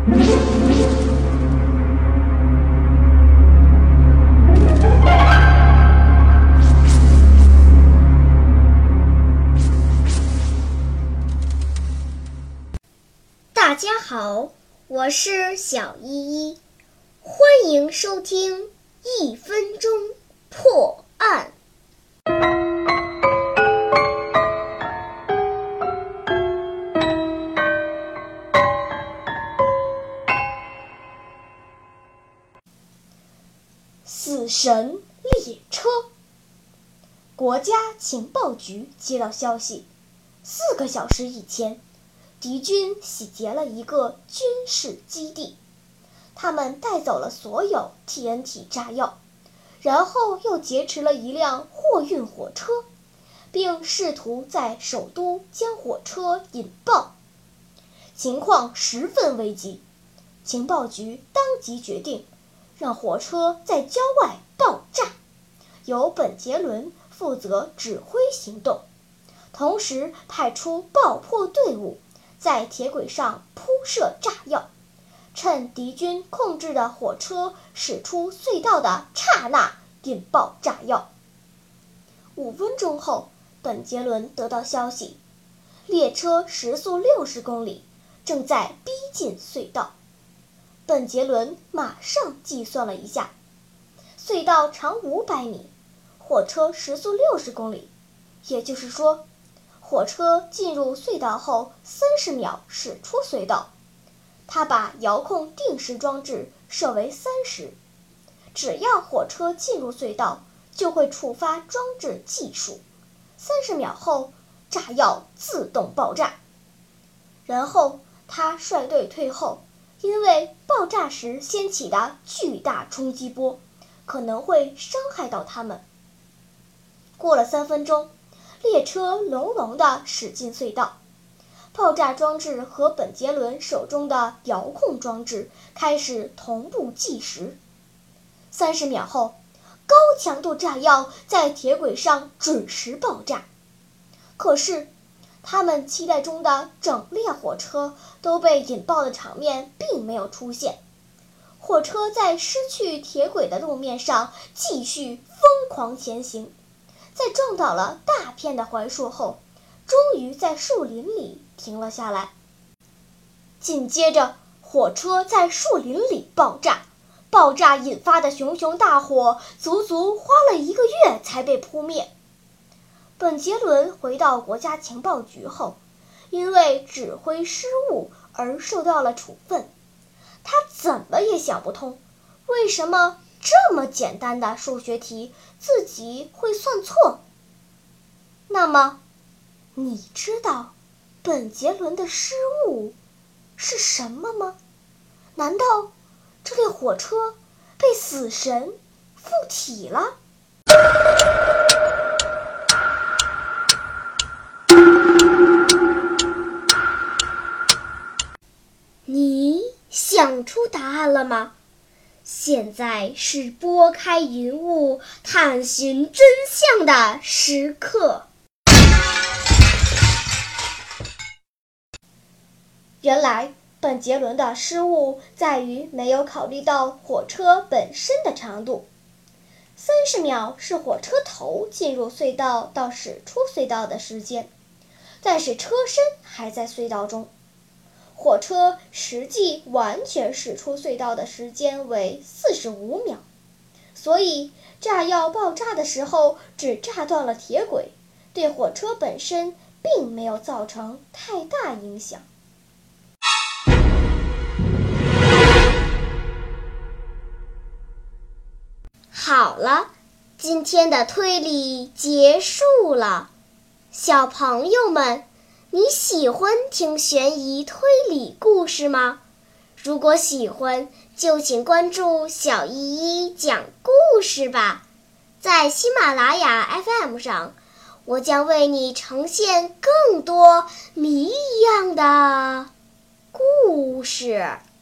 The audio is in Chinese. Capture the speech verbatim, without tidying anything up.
大家好，我是小依依，欢迎收听一分钟破案。死神列车。国家情报局接到消息，四个小时以前，敌军洗劫了一个军事基地，他们带走了所有 T N T 炸药，然后又劫持了一辆货运火车，并试图在首都将火车引爆。情况十分危急，情报局当即决定让火车在郊外爆炸，由本杰伦负责指挥行动，同时派出爆破队伍在铁轨上铺设炸药，趁敌军控制的火车驶出隧道的刹那引爆炸药。五分钟后，本杰伦得到消息，列车时速六十公里，正在逼近隧道。本杰伦马上计算了一下，隧道长五百米，火车时速六十公里，也就是说，火车进入隧道后三十秒驶出隧道。他把遥控定时装置设为三十，只要火车进入隧道，就会触发装置计数，三十秒后炸药自动爆炸。然后他率队退后，因为爆炸时掀起的巨大冲击波可能会伤害到他们。过了三分钟，列车隆隆地驶进隧道，爆炸装置和本杰伦手中的遥控装置开始同步计时。三十秒后，高强度炸药在铁轨上准时爆炸。可是他们期待中的整列火车都被引爆的场面并没有出现，火车在失去铁轨的路面上继续疯狂前行，在撞倒了大片的槐树后，终于在树林里停了下来。紧接着，火车在树林里爆炸，爆炸引发的熊熊大火足足花了一个月才被扑灭。本杰伦回到国家情报局后，因为指挥失误而受到了处分。他怎么也想不通，为什么这么简单的数学题自己会算错。那么，你知道本杰伦的失误是什么吗？难道这列火车被死神附体了？你想出答案了吗？现在是拨开云雾探寻真相的时刻。原来本杰伦的失误在于没有考虑到火车本身的长度。三十秒是火车头进入隧道到驶出隧道的时间，但是车身还在隧道中。火车实际完全驶出隧道的时间为四十五秒，所以炸药爆炸的时候只炸断了铁轨，对火车本身并没有造成太大影响。好了，今天的推理结束了。小朋友们，你喜欢听悬疑推理故事吗？如果喜欢，就请关注小依依讲故事吧。在喜马拉雅 F M 上，我将为你呈现更多谜一样的故事。